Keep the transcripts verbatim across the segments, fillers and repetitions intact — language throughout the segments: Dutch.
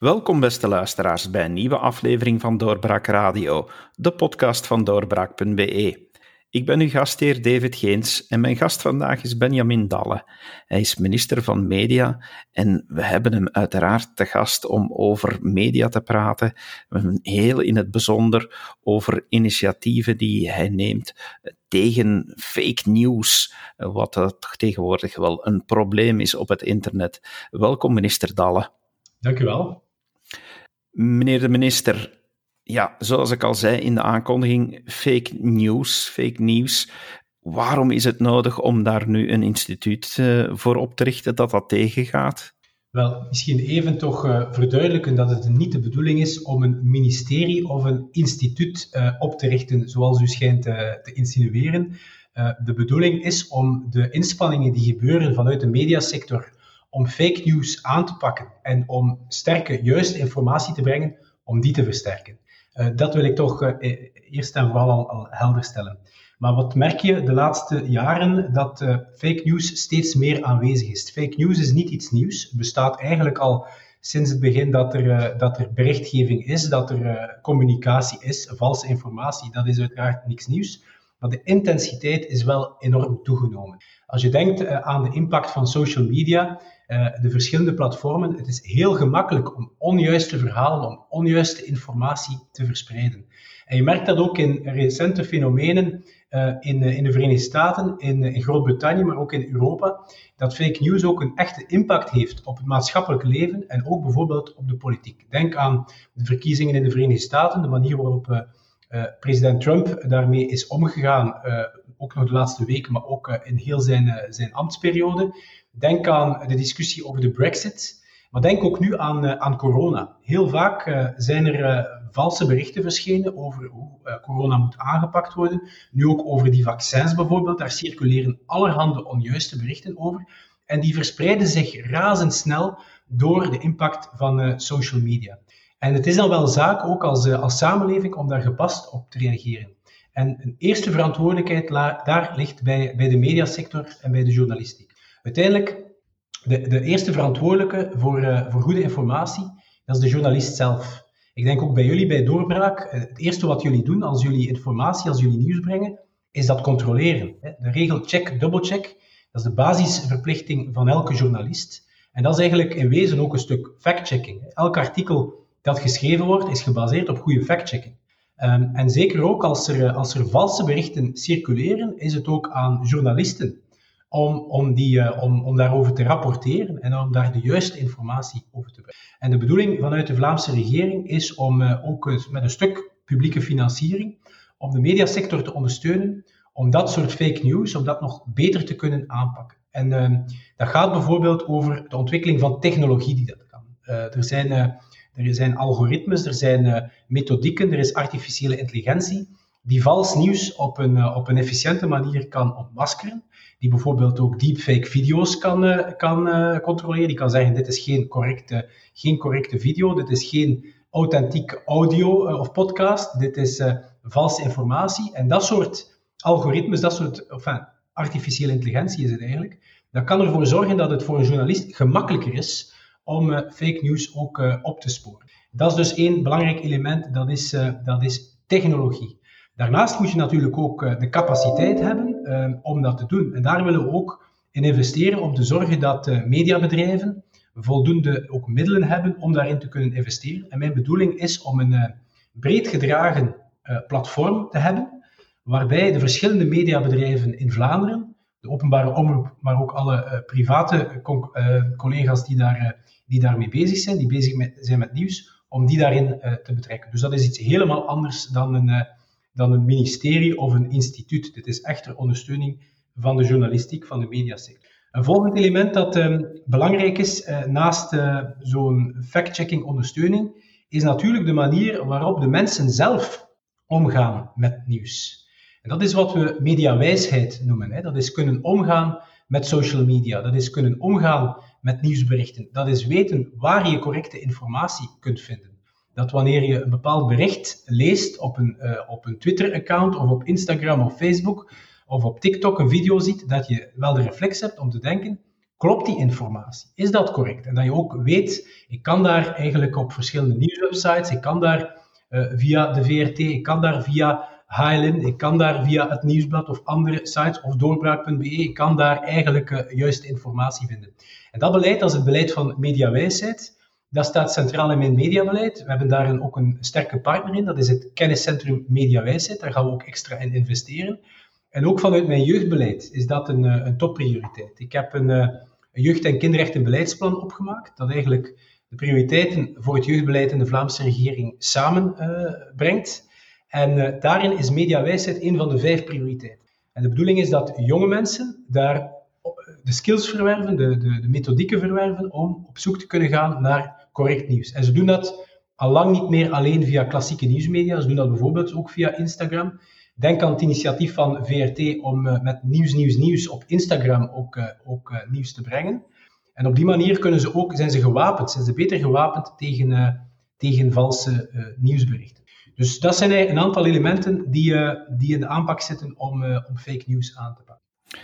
Welkom beste luisteraars bij een nieuwe aflevering van Doorbraak Radio, de podcast van doorbraak punt b e. Ik ben uw gastheer David Geens en mijn gast vandaag is Benjamin Dalle. Hij is minister van Media en we hebben hem uiteraard te gast om over media te praten. We hebben heel in het bijzonder over initiatieven die hij neemt tegen fake news, wat toch tegenwoordig wel een probleem is op het internet. Welkom minister Dalle. Dank u wel. Meneer de minister, ja, zoals ik al zei in de aankondiging, fake news, fake nieuws. Waarom is het nodig om daar nu een instituut uh, voor op te richten dat dat tegengaat? Wel, misschien even toch uh, verduidelijken dat het niet de bedoeling is om een ministerie of een instituut uh, op te richten, zoals u schijnt uh, te insinueren. Uh, de bedoeling is om de inspanningen die gebeuren vanuit de mediasector om fake news aan te pakken en om sterke, juiste informatie te brengen, om die te versterken. Uh, dat wil ik toch uh, eerst en vooral al, al helder stellen. Maar wat merk je de laatste jaren? Dat uh, fake news steeds meer aanwezig is. Fake news is niet iets nieuws. Het bestaat eigenlijk al sinds het begin dat er, uh, dat er berichtgeving is, dat er uh, communicatie is, valse informatie. Dat is uiteraard niks nieuws. Maar de intensiteit is wel enorm toegenomen. Als je denkt uh, aan de impact van social media, uh, de verschillende platformen, het is heel gemakkelijk om onjuiste verhalen, om onjuiste informatie te verspreiden. En je merkt dat ook in recente fenomenen uh, in, uh, in de Verenigde Staten, in, uh, in Groot-Brittannië, maar ook in Europa, dat fake news ook een echte impact heeft op het maatschappelijk leven en ook bijvoorbeeld op de politiek. Denk aan de verkiezingen in de Verenigde Staten, de manier waarop uh, Uh, president Trump daarmee is omgegaan, uh, ook nog de laatste weken, maar ook uh, in heel zijn, uh, zijn ambtsperiode. Denk aan de discussie over de Brexit, maar denk ook nu aan, uh, aan corona. Heel vaak uh, zijn er uh, valse berichten verschenen over hoe uh, corona moet aangepakt worden. Nu ook over die vaccins bijvoorbeeld, daar circuleren allerhande onjuiste berichten over. En die verspreiden zich razendsnel door de impact van uh, social media. En het is dan wel zaak, ook als, als samenleving, om daar gepast op te reageren. En een eerste verantwoordelijkheid la, daar ligt bij, bij de mediasector en bij de journalistiek. Uiteindelijk, de, de eerste verantwoordelijke voor, uh, voor goede informatie, dat is de journalist zelf. Ik denk ook bij jullie, bij Doorbraak, het eerste wat jullie doen als jullie informatie, als jullie nieuws brengen, is dat controleren. De regel check, double check, dat is de basisverplichting van elke journalist. En dat is eigenlijk in wezen ook een stuk fact-checking. Elk artikel dat geschreven wordt, is gebaseerd op goede fact-checking. Um, en zeker ook als er, als er valse berichten circuleren, is het ook aan journalisten om, om, die, uh, om, om daarover te rapporteren en om daar de juiste informatie over te brengen. En de bedoeling vanuit de Vlaamse regering is om uh, ook met een stuk publieke financiering, om de mediasector te ondersteunen, om dat soort fake news, om dat nog beter te kunnen aanpakken. En um, dat gaat bijvoorbeeld over de ontwikkeling van technologie die dat kan. Uh, er zijn... Uh, Er zijn algoritmes, er zijn uh, methodieken, er is artificiële intelligentie die vals nieuws op een, uh, op een efficiënte manier kan ontmaskeren. Die bijvoorbeeld ook deepfake video's kan, uh, kan uh, controleren. Die kan zeggen, dit is geen correcte, geen correcte video, dit is geen authentieke audio uh, of podcast, dit is uh, valse informatie. En dat soort algoritmes, dat soort enfin, artificiële intelligentie is het eigenlijk, dat kan ervoor zorgen dat het voor een journalist gemakkelijker is om uh, fake news ook uh, op te sporen. Dat is dus één belangrijk element, dat is, uh, dat is technologie. Daarnaast moet je natuurlijk ook uh, de capaciteit hebben uh, om dat te doen. En daar willen we ook in investeren om te zorgen dat uh, mediabedrijven voldoende ook middelen hebben om daarin te kunnen investeren. En mijn bedoeling is om een uh, breed gedragen uh, platform te hebben, waarbij de verschillende mediabedrijven in Vlaanderen, de openbare omroep, maar ook alle uh, private co- uh, collega's die daar... Uh, die daarmee bezig zijn, die bezig met, zijn met nieuws, om die daarin uh, te betrekken. Dus dat is iets helemaal anders dan een, uh, dan een ministerie of een instituut. Dit is echter ondersteuning van de journalistiek, van de mediasector. Een volgend element dat um, belangrijk is, uh, naast uh, zo'n fact-checking ondersteuning, is natuurlijk de manier waarop de mensen zelf omgaan met nieuws. En dat is wat we mediawijsheid noemen. Hè. Dat is kunnen omgaan met social media. Dat is kunnen omgaan met nieuwsberichten. Dat is weten waar je correcte informatie kunt vinden. Dat wanneer je een bepaald bericht leest op een, uh, op een Twitter-account of op Instagram of Facebook of op TikTok een video ziet, dat je wel de reflex hebt om te denken, klopt die informatie? Is dat correct? En dat je ook weet, ik kan daar eigenlijk op verschillende nieuwswebsites, ik kan daar uh, via de V R T, ik kan daar via H L N, ik kan daar via het Nieuwsblad of andere sites of doorbraak punt b e, ik kan daar eigenlijk uh, juiste informatie vinden. En dat beleid, dat is het beleid van mediawijsheid. Dat staat centraal in mijn mediabeleid. We hebben daar een, ook een sterke partner in, dat is het kenniscentrum Mediawijsheid. Daar gaan we ook extra in investeren. En ook vanuit mijn jeugdbeleid is dat een, een topprioriteit. Ik heb een, een jeugd- en kinderrechtenbeleidsplan opgemaakt, dat eigenlijk de prioriteiten voor het jeugdbeleid in de Vlaamse regering samenbrengt. Uh, en uh, daarin is mediawijsheid een van de vijf prioriteiten. En de bedoeling is dat jonge mensen daar de skills verwerven, de, de, de methodieken verwerven, om op zoek te kunnen gaan naar correct nieuws. En ze doen dat al lang niet meer alleen via klassieke nieuwsmedia, ze doen dat bijvoorbeeld ook via Instagram. Denk aan het initiatief van V R T om uh, met nieuws, nieuws, nieuws op Instagram ook, uh, ook uh, nieuws te brengen. En op die manier kunnen ze ook, zijn ze gewapend, zijn ze beter gewapend tegen, uh, tegen valse uh, nieuwsberichten. Dus dat zijn een aantal elementen die, uh, die in de aanpak zitten om, uh, om fake news aan te pakken.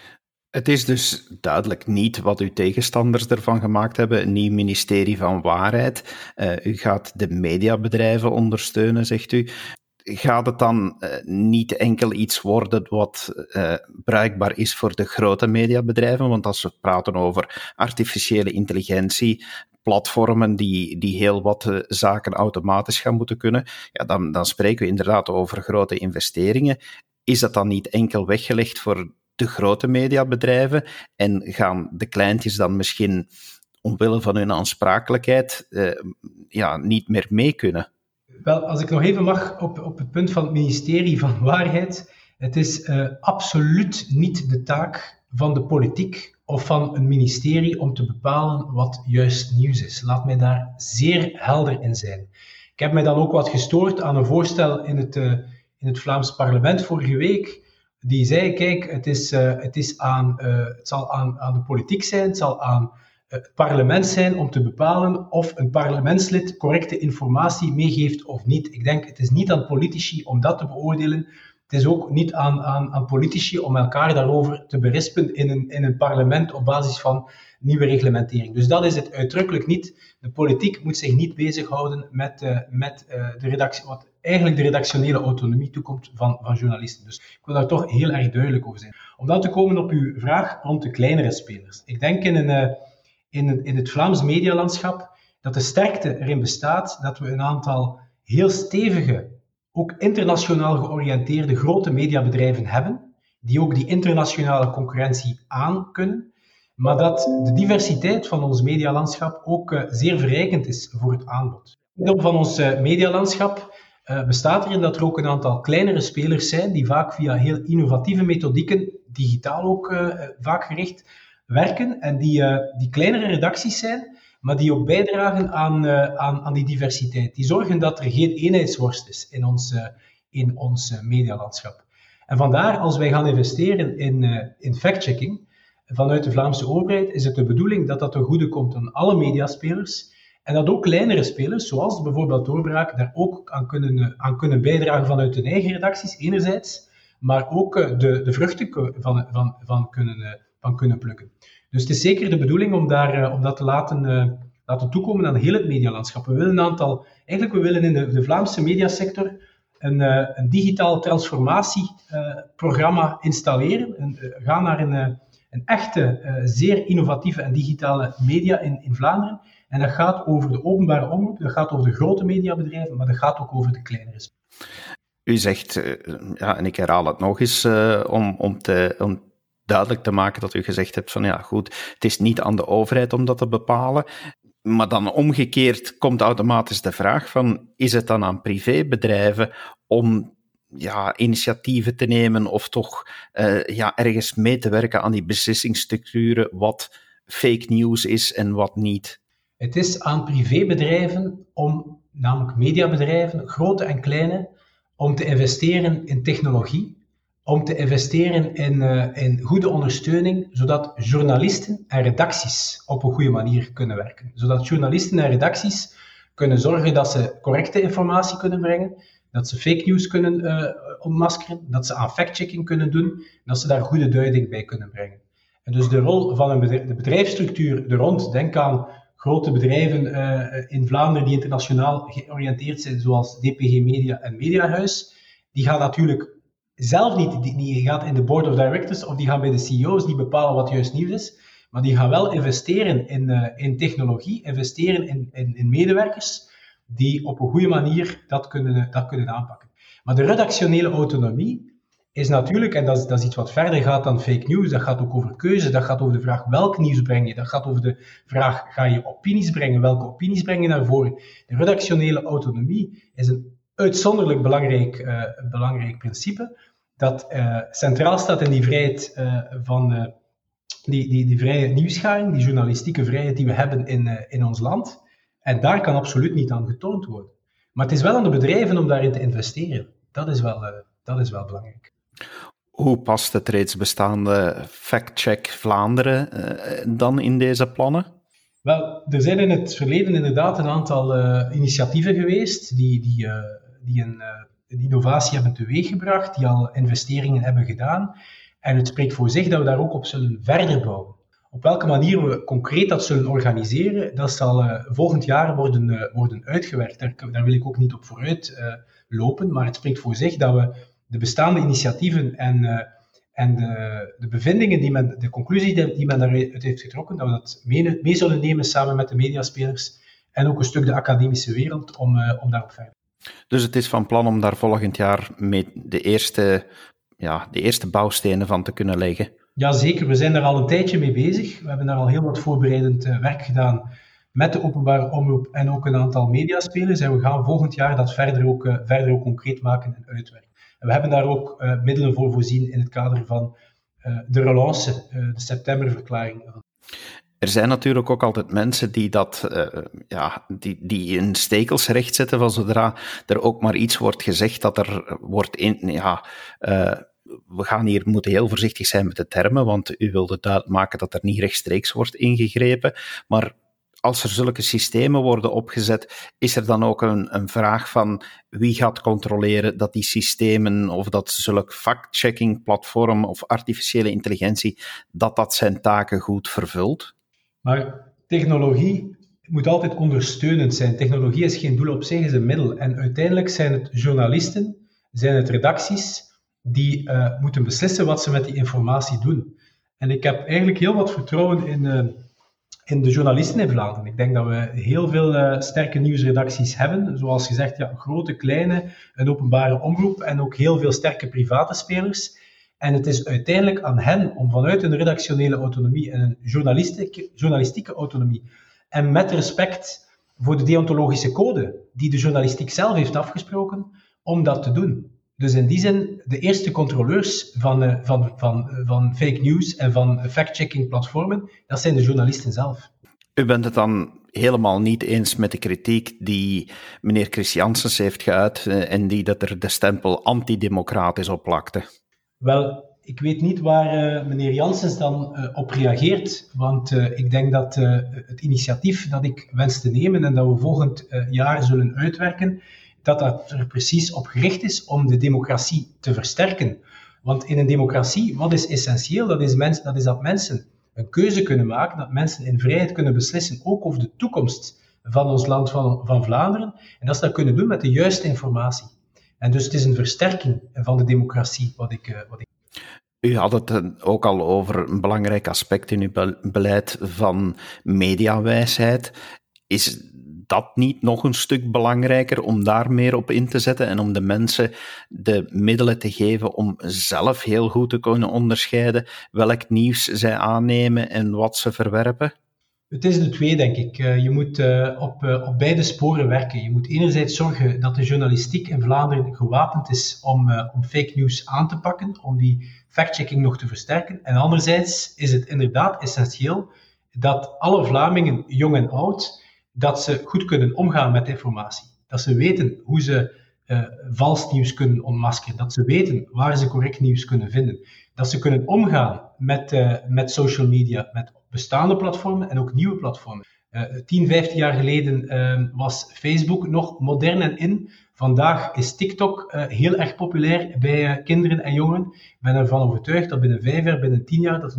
Het is dus duidelijk niet wat uw tegenstanders ervan gemaakt hebben, een nieuw ministerie van waarheid. Uh, u gaat de mediabedrijven ondersteunen, zegt u. Gaat het dan uh, niet enkel iets worden wat uh, bruikbaar is voor de grote mediabedrijven? Want als we praten over artificiële intelligentie, platformen die, die heel wat uh, zaken automatisch gaan moeten kunnen, ja, dan, dan spreken we inderdaad over grote investeringen. Is dat dan niet enkel weggelegd voor de grote mediabedrijven en gaan de kleintjes dan misschien omwille van hun aansprakelijkheid uh, ja, niet meer mee kunnen? Wel, als ik nog even mag op, op het punt van het ministerie van Waarheid. Het is uh, absoluut niet de taak van de politiek of van een ministerie om te bepalen wat juist nieuws is. Laat mij daar zeer helder in zijn. Ik heb mij dan ook wat gestoord aan een voorstel in het, uh, in het Vlaams parlement vorige week. Die zei, kijk, het, is, uh, het, is aan, uh, het zal aan, aan de politiek zijn, het zal aan het parlement zijn om te bepalen of een parlementslid correcte informatie meegeeft of niet. Ik denk, het is niet aan politici om dat te beoordelen. Het is ook niet aan, aan, aan politici om elkaar daarover te berispen in een, in een parlement op basis van nieuwe reglementering. Dus dat is het uitdrukkelijk niet. De politiek moet zich niet bezighouden met, uh, met uh, de redactie, wat eigenlijk de redactionele autonomie toekomt van, van journalisten. Dus ik wil daar toch heel erg duidelijk over zijn. Om dan te komen op uw vraag rond de kleinere spelers. Ik denk in, een, uh, in, in het Vlaams medialandschap dat de sterkte erin bestaat dat we een aantal heel stevige, ook internationaal georiënteerde grote mediabedrijven hebben, die ook die internationale concurrentie aan kunnen, maar dat de diversiteit van ons medialandschap ook uh, zeer verrijkend is voor het aanbod. Deel van ons uh, medialandschap uh, bestaat erin dat er ook een aantal kleinere spelers zijn, die vaak via heel innovatieve methodieken, digitaal ook uh, vaak gericht, werken, en die, uh, die kleinere redacties zijn, maar die ook bijdragen aan, uh, aan, aan die diversiteit. Die zorgen dat er geen eenheidsworst is in ons, uh, in ons uh, medialandschap. En vandaar, als wij gaan investeren in, uh, in fact-checking vanuit de Vlaamse overheid, is het de bedoeling dat dat ten goede komt aan alle mediaspelers en dat ook kleinere spelers, zoals bijvoorbeeld Doorbraak, daar ook aan kunnen, uh, aan kunnen bijdragen vanuit hun eigen redacties, enerzijds, maar ook uh, de, de vruchten van, van, van, kunnen, uh, van kunnen plukken. Dus het is zeker de bedoeling om, daar, uh, om dat te laten, uh, laten toekomen aan heel het medialandschap. We willen een aantal, eigenlijk we willen in de, de Vlaamse mediasector een, uh, een digitaal transformatieprogramma uh, installeren. En, uh, gaan naar een, uh, een echte, uh, zeer innovatieve en digitale media in, in Vlaanderen. En dat gaat over de openbare omroep, dat gaat over de grote mediabedrijven, maar dat gaat ook over de kleinere. U zegt, uh, ja, en ik herhaal het nog eens, uh, om, om te... Om duidelijk te maken dat u gezegd hebt van ja goed, het is niet aan de overheid om dat te bepalen. Maar dan omgekeerd komt automatisch de vraag van, is het dan aan privébedrijven om ja, initiatieven te nemen of toch uh, ja, ergens mee te werken aan die beslissingsstructuren wat fake news is en wat niet? Het is aan privébedrijven om, namelijk mediabedrijven, grote en kleine, om te investeren in technologie, om te investeren in, uh, in goede ondersteuning, zodat journalisten en redacties op een goede manier kunnen werken. Zodat journalisten en redacties kunnen zorgen dat ze correcte informatie kunnen brengen, dat ze fake news kunnen uh, ontmaskeren, dat ze aan fact-checking kunnen doen, dat ze daar goede duiding bij kunnen brengen. En dus de rol van een bedrijf, de bedrijfsstructuur er rond, denk aan grote bedrijven uh, in Vlaanderen die internationaal georiënteerd zijn, zoals D P G Media en Mediahuis, die gaan natuurlijk zelf niet, die, die gaat in de board of directors of die gaan bij de C E O's niet bepalen wat juist nieuws is, maar die gaan wel investeren in, uh, in technologie, investeren in, in, in medewerkers die op een goede manier dat kunnen, dat kunnen aanpakken. Maar de redactionele autonomie is natuurlijk, en dat is, dat is iets wat verder gaat dan fake news, dat gaat ook over keuze, dat gaat over de vraag welk nieuws breng je, dat gaat over de vraag ga je opinies brengen, welke opinies breng je naar voren. De redactionele autonomie is een uitzonderlijk belangrijk, uh, belangrijk principe, dat uh, centraal staat in die vrijheid uh, van uh, die, die, die vrije nieuwsgaring, die journalistieke vrijheid die we hebben in, uh, in ons land. En daar kan absoluut niet aan getoond worden. Maar het is wel aan de bedrijven om daarin te investeren. Dat is wel, uh, dat is wel belangrijk. Hoe past het reeds bestaande Factcheck Vlaanderen uh, dan in deze plannen? Wel, er zijn in het verleden inderdaad een aantal uh, initiatieven geweest die, die, uh, die een, uh, een innovatie hebben teweeggebracht, die al investeringen hebben gedaan. En het spreekt voor zich dat we daar ook op zullen verder bouwen. Op welke manier we concreet dat zullen organiseren, dat zal uh, volgend jaar worden, uh, worden uitgewerkt. Daar, daar wil ik ook niet op vooruit uh, lopen, maar het spreekt voor zich dat we de bestaande initiatieven en, uh, en de, de bevindingen, die men, de conclusie die, die men daaruit heeft getrokken, dat we dat mee, mee zullen nemen samen met de mediaspelers en ook een stuk de academische wereld om, uh, om daarop verder. Dus het is van plan om daar volgend jaar mee de eerste, ja, de eerste bouwstenen van te kunnen leggen? Jazeker, we zijn er al een tijdje mee bezig. We hebben daar al heel wat voorbereidend uh, werk gedaan met de openbare omroep en ook een aantal mediaspelers. En we gaan volgend jaar dat verder ook, uh, verder ook concreet maken en uitwerken. En we hebben daar ook uh, middelen voor voorzien in het kader van uh, de relance, uh, de septemberverklaring. Er zijn natuurlijk ook altijd mensen die dat, uh, ja, die, die in stekels recht zetten van zodra er ook maar iets wordt gezegd dat er wordt in, ja, uh, we gaan hier moeten heel voorzichtig zijn met de termen, want u wilde duidelijk maken dat er niet rechtstreeks wordt ingegrepen, maar als er zulke systemen worden opgezet, is er dan ook een, een vraag van wie gaat controleren dat die systemen of dat zulk fact-checking platform of artificiële intelligentie, dat dat zijn taken goed vervult? Maar technologie moet altijd ondersteunend zijn. Technologie is geen doel op zich, is een middel. En uiteindelijk zijn het journalisten, zijn het redacties die uh, moeten beslissen wat ze met die informatie doen. En ik heb eigenlijk heel wat vertrouwen in... Uh, in de journalisten in Vlaanderen. Ik denk dat we heel veel uh, sterke nieuwsredacties hebben, zoals gezegd, ja, grote, kleine, een openbare omroep en ook heel veel sterke private spelers. En het is uiteindelijk aan hen om vanuit een redactionele autonomie en een journalistieke, journalistieke autonomie en met respect voor de deontologische code die de journalistiek zelf heeft afgesproken, om dat te doen. Dus in die zin, de eerste controleurs van, uh, van, van, van fake news en van fact-checking platformen, dat zijn de journalisten zelf. U bent het dan helemaal niet eens met de kritiek die meneer Christiansens heeft geuit uh, en die dat er de stempel antidemocratisch op plakte? Wel, ik weet niet waar uh, meneer Janssens dan uh, op reageert, want uh, ik denk dat uh, het initiatief dat ik wens te nemen en dat we volgend uh, jaar zullen uitwerken, dat dat er precies op gericht is om de democratie te versterken. Want in een democratie, wat is essentieel? Dat is, mens, dat, is dat mensen een keuze kunnen maken, dat mensen in vrijheid kunnen beslissen, ook over de toekomst van ons land, van, van Vlaanderen, en dat ze dat kunnen doen met de juiste informatie. En dus het is een versterking van de democratie, wat ik... Wat ik... U had het ook al over een belangrijk aspect in uw beleid van mediawijsheid. Is dat niet nog een stuk belangrijker om daar meer op in te zetten en om de mensen de middelen te geven om zelf heel goed te kunnen onderscheiden welk nieuws zij aannemen en wat ze verwerpen? Het is de twee, denk ik. Je moet op, op beide sporen werken. Je moet enerzijds zorgen dat de journalistiek in Vlaanderen gewapend is om, om fake news aan te pakken, om die fact-checking nog te versterken. En anderzijds is het inderdaad essentieel dat alle Vlamingen, jong en oud, dat ze goed kunnen omgaan met informatie. Dat ze weten hoe ze uh, vals nieuws kunnen ontmaskeren. Dat ze weten waar ze correct nieuws kunnen vinden. Dat ze kunnen omgaan met, uh, met social media, met bestaande platformen en ook nieuwe platformen. Uh, tien, vijftien jaar geleden uh, was Facebook nog modern en in. Vandaag is TikTok uh, heel erg populair bij uh, kinderen en jongeren. Ik ben ervan overtuigd dat binnen vijf jaar, binnen tien jaar, dat er nog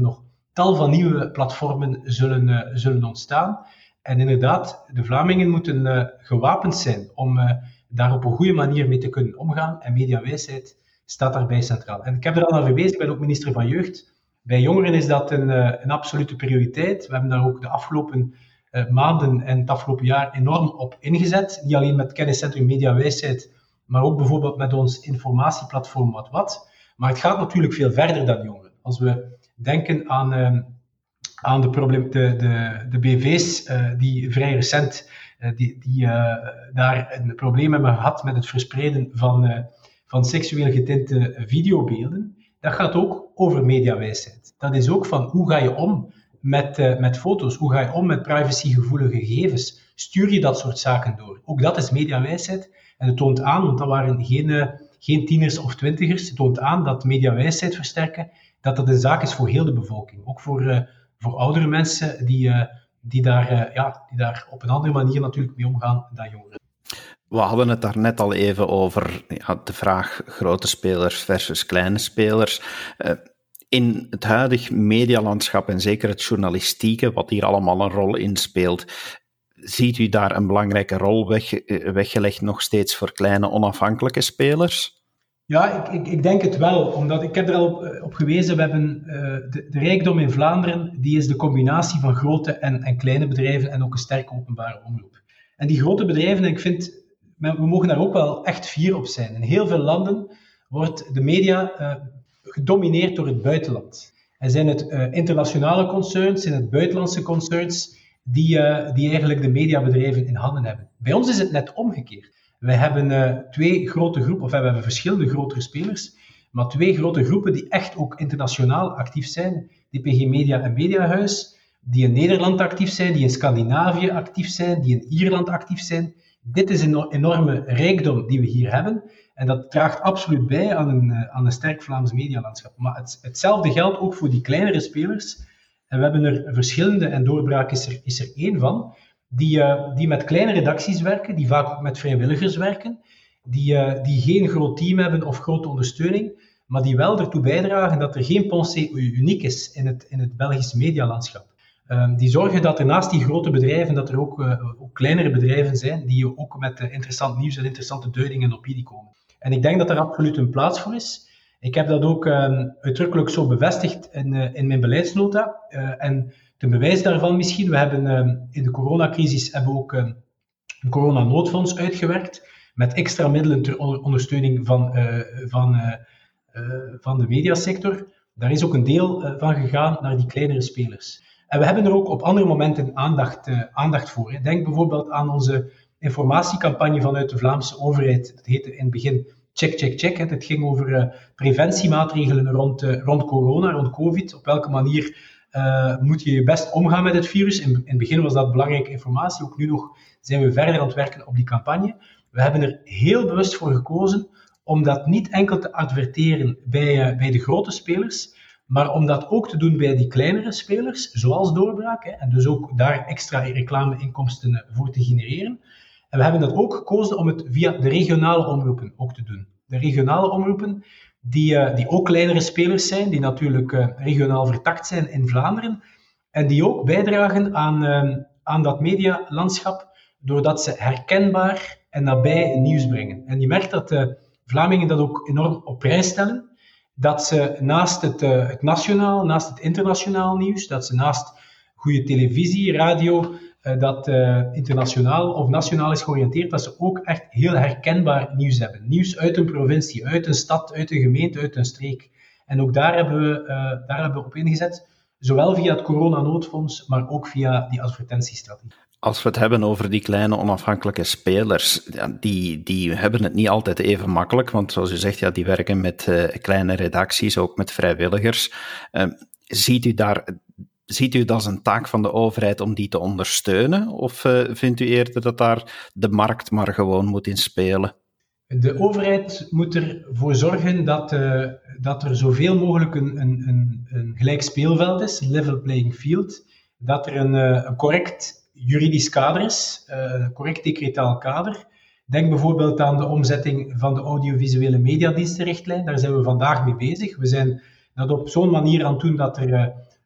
tal van nieuwe platformen zullen, uh, zullen ontstaan. En inderdaad, de Vlamingen moeten uh, gewapend zijn om uh, daar op een goede manier mee te kunnen omgaan. En mediawijsheid staat daarbij centraal. En ik heb er al naar verwezen, ik ben ook minister van Jeugd. Bij jongeren is dat een, uh, een absolute prioriteit. We hebben daar ook de afgelopen uh, maanden en het afgelopen jaar enorm op ingezet. Niet alleen met kenniscentrum Mediawijsheid, maar ook bijvoorbeeld met ons informatieplatform Wat Wat. Maar het gaat natuurlijk veel verder dan jongeren. Als we denken aan, uh, aan de, probleem, de, de, de B V's uh, die vrij recent uh, die, die, uh, daar een probleem hebben gehad met het verspreiden van, uh, van seksueel getinte videobeelden, dat gaat ook over mediawijsheid. Dat is ook van hoe ga je om met, uh, met foto's, hoe ga je om met privacygevoelige gegevens, stuur je dat soort zaken door. Ook dat is mediawijsheid en het toont aan, want dat waren geen, uh, geen tieners of twintigers, het toont aan dat mediawijsheid versterken, dat dat een zaak is voor heel de bevolking. Ook voor, uh, voor oudere mensen die, uh, die, daar, uh, ja, die daar op een andere manier natuurlijk mee omgaan dan jongeren. We hadden het daar net al even over ja, de vraag grote spelers versus kleine spelers. Uh, in het huidige medialandschap en zeker het journalistieke, wat hier allemaal een rol in speelt, ziet u daar een belangrijke rol weg, weggelegd nog steeds voor kleine onafhankelijke spelers? Ja, ik, ik, ik denk het wel, omdat ik heb er al op, op gewezen, we hebben uh, de, de rijkdom in Vlaanderen, die is de combinatie van grote en, en kleine bedrijven en ook een sterke openbare omroep. En die grote bedrijven, ik vind, we mogen daar ook wel echt fier op zijn. In heel veel landen wordt de media uh, gedomineerd door het buitenland. En zijn het uh, internationale concerns, zijn het buitenlandse concerns, die, uh, die eigenlijk de mediabedrijven in handen hebben. Bij ons is het net omgekeerd. We hebben uh, twee grote groepen, of we hebben verschillende grotere spelers, maar twee grote groepen die echt ook internationaal actief zijn. D P G Media en Mediahuis, die in Nederland actief zijn, die in Scandinavië actief zijn, die in Ierland actief zijn. Dit is een enorme rijkdom die we hier hebben. En dat draagt absoluut bij aan een, aan een sterk Vlaams medialandschap. Maar het, hetzelfde geldt ook voor die kleinere spelers. En we hebben er verschillende, en Doorbraak is er, is er één van, die, uh, die met kleine redacties werken, die vaak ook met vrijwilligers werken, die, uh, die geen groot team hebben of grote ondersteuning, maar die wel ertoe bijdragen dat er geen pensée uniek is in het, in het Belgisch medialandschap. Um, die zorgen dat er naast die grote bedrijven, dat er ook, uh, ook kleinere bedrijven zijn, die ook met uh, interessant nieuws en interessante duidingen en opinie komen. En ik denk dat er absoluut een plaats voor is. Ik heb dat ook um, uitdrukkelijk zo bevestigd in, uh, in mijn beleidsnota. Uh, en ten bewijs daarvan misschien, we hebben um, in de coronacrisis hebben we ook um, een coronanoodfonds uitgewerkt, met extra middelen ter ondersteuning van, uh, van, uh, uh, van de mediasector. Daar is ook een deel uh, van gegaan naar die kleinere spelers. En we hebben er ook op andere momenten aandacht, uh, aandacht voor. Hè. Denk bijvoorbeeld aan onze informatiecampagne vanuit de Vlaamse overheid. Dat heette in het begin Check, Check, Check. Hè. Het ging over uh, preventiemaatregelen rond, uh, rond corona, rond COVID. Op welke manier uh, moet je je best omgaan met het virus? In, in het begin was dat belangrijke informatie. Ook nu nog zijn we verder aan het werken op die campagne. We hebben er heel bewust voor gekozen om dat niet enkel te adverteren bij, uh, bij de grote spelers, maar om dat ook te doen bij die kleinere spelers, zoals Doorbraak, hè, en dus ook daar extra reclameinkomsten voor te genereren. En we hebben dat ook gekozen om het via de regionale omroepen ook te doen. De regionale omroepen, die, uh, die ook kleinere spelers zijn, die natuurlijk uh, regionaal vertakt zijn in Vlaanderen, en die ook bijdragen aan, uh, aan dat medialandschap, doordat ze herkenbaar en nabij nieuws brengen. En je merkt dat uh, Vlamingen dat ook enorm op prijs stellen, dat ze naast het, uh, het nationaal, naast het internationaal nieuws, dat ze naast goede televisie, radio, uh, dat uh, internationaal of nationaal is georiënteerd, dat ze ook echt heel herkenbaar nieuws hebben. Nieuws uit een provincie, uit een stad, uit een gemeente, uit een streek. En ook daar hebben we, uh, daar hebben we op ingezet, zowel via het coronanoodfonds, maar ook via die advertentiestrategie. Als we het hebben over die kleine onafhankelijke spelers, ja, die, die hebben het niet altijd even makkelijk, want zoals u zegt, ja, die werken met uh, kleine redacties, ook met vrijwilligers. Uh, ziet u daar, ziet u dat als een taak van de overheid om die te ondersteunen, of uh, vindt u eerder dat daar de markt maar gewoon moet in spelen? De overheid moet ervoor zorgen dat, uh, dat er zoveel mogelijk een, een, een, een gelijk speelveld is, een level playing field, dat er een, uh, een correct juridisch kader is, uh, correct decretaal kader. Denk bijvoorbeeld aan de omzetting van de audiovisuele mediadienstenrichtlijn. Daar zijn we vandaag mee bezig. We zijn dat op zo'n manier aan het doen dat er uh,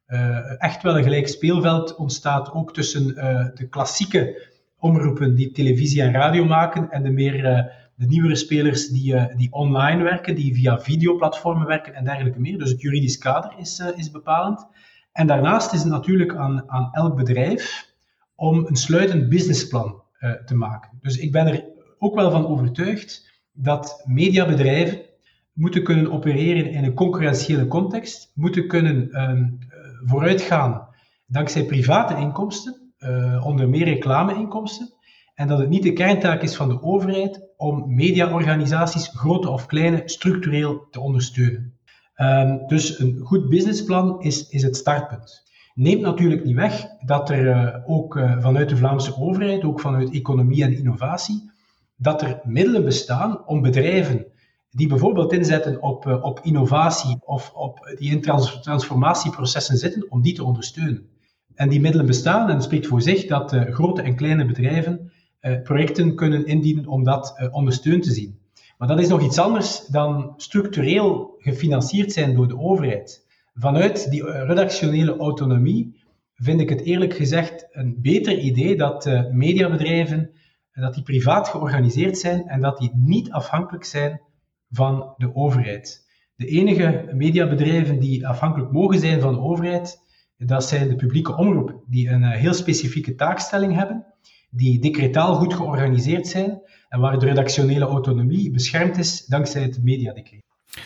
uh, echt wel een gelijk speelveld ontstaat, ook tussen uh, de klassieke omroepen die televisie en radio maken en de meer uh, de nieuwere spelers die, uh, die online werken, die via videoplatformen werken en dergelijke meer. Dus het juridisch kader is, uh, is bepalend. En daarnaast is het natuurlijk aan, aan elk bedrijf om een sluitend businessplan uh, te maken. Dus ik ben er ook wel van overtuigd dat mediabedrijven moeten kunnen opereren in een concurrentiële context, moeten kunnen um, vooruitgaan dankzij private inkomsten, uh, onder meer reclameinkomsten, en dat het niet de kerntaak is van de overheid om mediaorganisaties, grote of kleine, structureel te ondersteunen. Um, dus een goed businessplan is, is het startpunt. Neemt natuurlijk niet weg dat er uh, ook uh, vanuit de Vlaamse overheid, ook vanuit economie en innovatie, dat er middelen bestaan om bedrijven die bijvoorbeeld inzetten op, uh, op innovatie of op, die in trans- transformatieprocessen zitten, om die te ondersteunen. En die middelen bestaan en het spreekt voor zich dat uh, grote en kleine bedrijven uh, projecten kunnen indienen om dat uh, ondersteund te zien. Maar dat is nog iets anders dan structureel gefinancierd zijn door de overheid. Vanuit die uh, redactionele autonomie vind ik het eerlijk gezegd een beter idee dat uh, mediabedrijven, dat die privaat georganiseerd zijn en dat die niet afhankelijk zijn van de overheid. De enige mediabedrijven die afhankelijk mogen zijn van de overheid, dat zijn de publieke omroepen, die een heel specifieke taakstelling hebben, die decretaal goed georganiseerd zijn en waar de redactionele autonomie beschermd is dankzij het mediadecreet.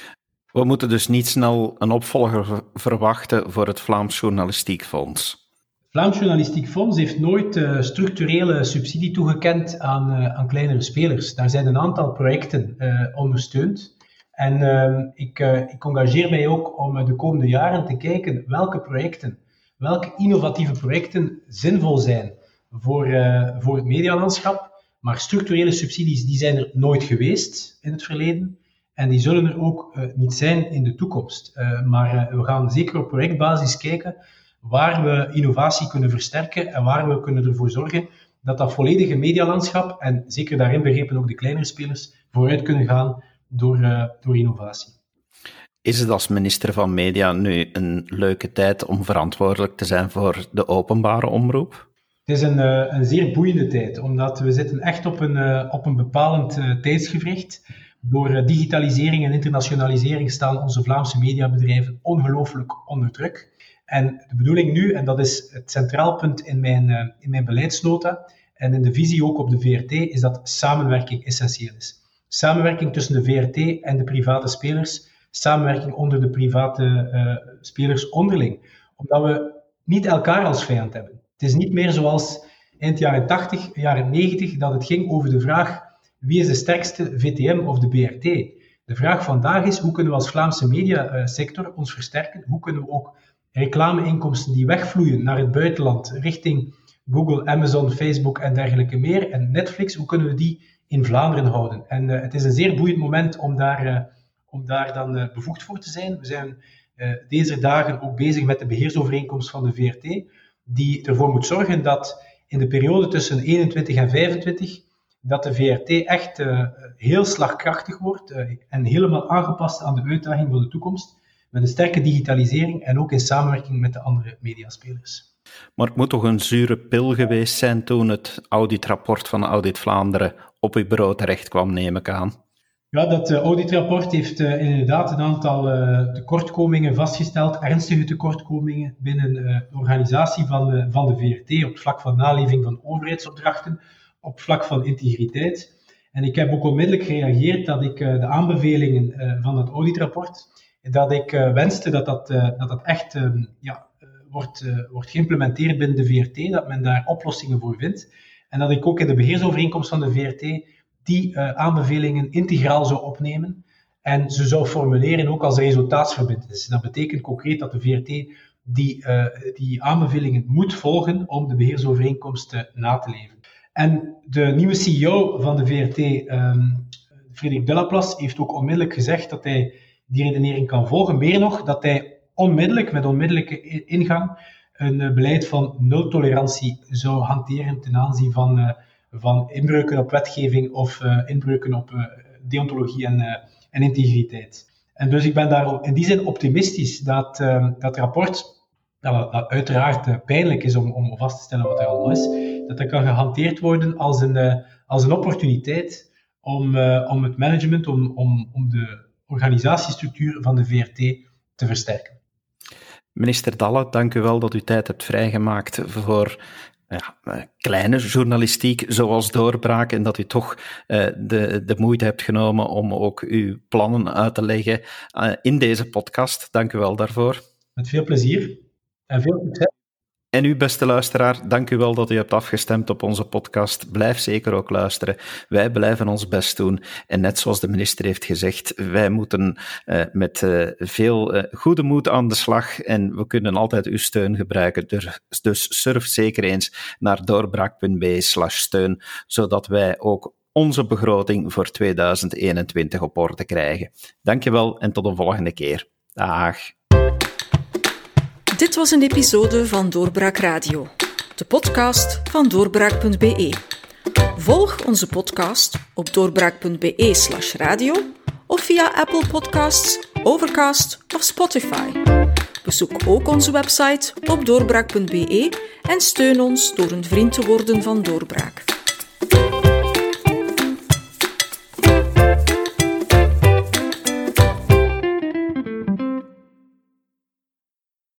We moeten dus niet snel een opvolger verwachten voor het Vlaams Journalistiek Fonds. Het Vlaams Journalistiek Fonds heeft nooit uh, structurele subsidie toegekend aan, uh, aan kleinere spelers. Daar zijn een aantal projecten uh, ondersteund. En uh, ik, uh, ik engageer mij ook om uh, de komende jaren te kijken welke projecten, welke innovatieve projecten zinvol zijn voor, uh, voor het medialandschap. Maar structurele subsidies die zijn er nooit geweest in het verleden. En die zullen er ook uh, niet zijn in de toekomst. Uh, maar uh, we gaan zeker op projectbasis kijken waar we innovatie kunnen versterken en waar we kunnen ervoor zorgen dat dat volledige medialandschap, en zeker daarin begrepen ook de kleinere spelers, vooruit kunnen gaan door, uh, door innovatie. Is het als minister van Media nu een leuke tijd om verantwoordelijk te zijn voor de openbare omroep? Het is een, uh, een zeer boeiende tijd, omdat we zitten echt op een, uh, op een bepalend uh, tijdsgevricht. Door uh, digitalisering en internationalisering staan onze Vlaamse mediabedrijven ongelooflijk onder druk. En de bedoeling nu, en dat is het centraal punt in mijn, uh, in mijn beleidsnota en in de visie ook op de V R T, is dat samenwerking essentieel is. Samenwerking tussen de V R T en de private spelers, samenwerking onder de private uh, spelers onderling. Omdat we niet elkaar als vijand hebben. Het is niet meer zoals eind jaren tachtig, jaren negentig, dat het ging over de vraag wie is de sterkste, V T M of de B R T. De vraag vandaag is hoe kunnen we als Vlaamse mediasector ons versterken, hoe kunnen we ook reclameinkomsten die wegvloeien naar het buitenland, richting Google, Amazon, Facebook en dergelijke meer, en Netflix, hoe kunnen we die in Vlaanderen houden? En uh, het is een zeer boeiend moment om daar, uh, om daar dan uh, bevoegd voor te zijn. We zijn uh, deze dagen ook bezig met de beheersovereenkomst van de V R T, die ervoor moet zorgen dat in de periode tussen eenentwintig en vijfentwintig, dat de V R T echt uh, heel slagkrachtig wordt uh, en helemaal aangepast aan de uitdaging van de toekomst, met een sterke digitalisering en ook in samenwerking met de andere mediaspelers. Maar het moet toch een zure pil geweest zijn toen het auditrapport van Audit Vlaanderen op uw bureau terecht kwam, neem ik aan. Ja, dat uh, auditrapport heeft uh, inderdaad een aantal uh, tekortkomingen vastgesteld, ernstige tekortkomingen binnen uh, de organisatie van, uh, van de V R T op het vlak van naleving van overheidsopdrachten, op het vlak van integriteit. En ik heb ook onmiddellijk gereageerd dat ik uh, de aanbevelingen uh, van dat auditrapport, dat ik uh, wenste dat dat, uh, dat, dat echt uh, ja, uh, wordt, uh, wordt geïmplementeerd binnen de V R T, dat men daar oplossingen voor vindt. En dat ik ook in de beheersovereenkomst van de V R T die uh, aanbevelingen integraal zou opnemen en ze zou formuleren ook als resultaatsverbintenis. Dat betekent concreet dat de V R T die, uh, die aanbevelingen moet volgen om de beheersovereenkomst uh, na te leven. En de nieuwe C E O van de V R T, um, Frederik Delaplace, heeft ook onmiddellijk gezegd dat hij die redenering kan volgen. Meer nog, dat hij onmiddellijk, met onmiddellijke ingang, een uh, beleid van nul-tolerantie zou hanteren ten aanzien van, uh, van inbreuken op wetgeving of uh, inbreuken op uh, deontologie en, uh, en integriteit. En dus ik ben daar in die zin optimistisch dat uh, dat rapport dat wat uiteraard uh, pijnlijk is om, om vast te stellen wat er allemaal is, dat dat kan gehanteerd worden als een, uh, als een opportuniteit om, uh, om het management, om, om, om de organisatiestructuur van de V R T te versterken. Minister Dalle, dank u wel dat u tijd hebt vrijgemaakt voor ja, kleine journalistiek zoals Doorbraak en dat u toch uh, de, de moeite hebt genomen om ook uw plannen uit te leggen uh, in deze podcast. Dank u wel daarvoor. Met veel plezier en veel succes. En u, beste luisteraar, dank u wel dat u hebt afgestemd op onze podcast. Blijf zeker ook luisteren. Wij blijven ons best doen. En net zoals de minister heeft gezegd, wij moeten uh, met uh, veel uh, goede moed aan de slag en we kunnen altijd uw steun gebruiken. Dus, dus surf zeker eens naar doorbraak.be slash steun, zodat wij ook onze begroting voor tweeduizend eenentwintig op orde krijgen. Dank je wel en tot de volgende keer. Dag. Dit was een episode van Doorbraak Radio, de podcast van doorbraak punt b e. Volg onze podcast op doorbraak.be slash radio of via Apple Podcasts, Overcast of Spotify. Bezoek ook onze website op doorbraak punt b e en steun ons door een vriend te worden van Doorbraak.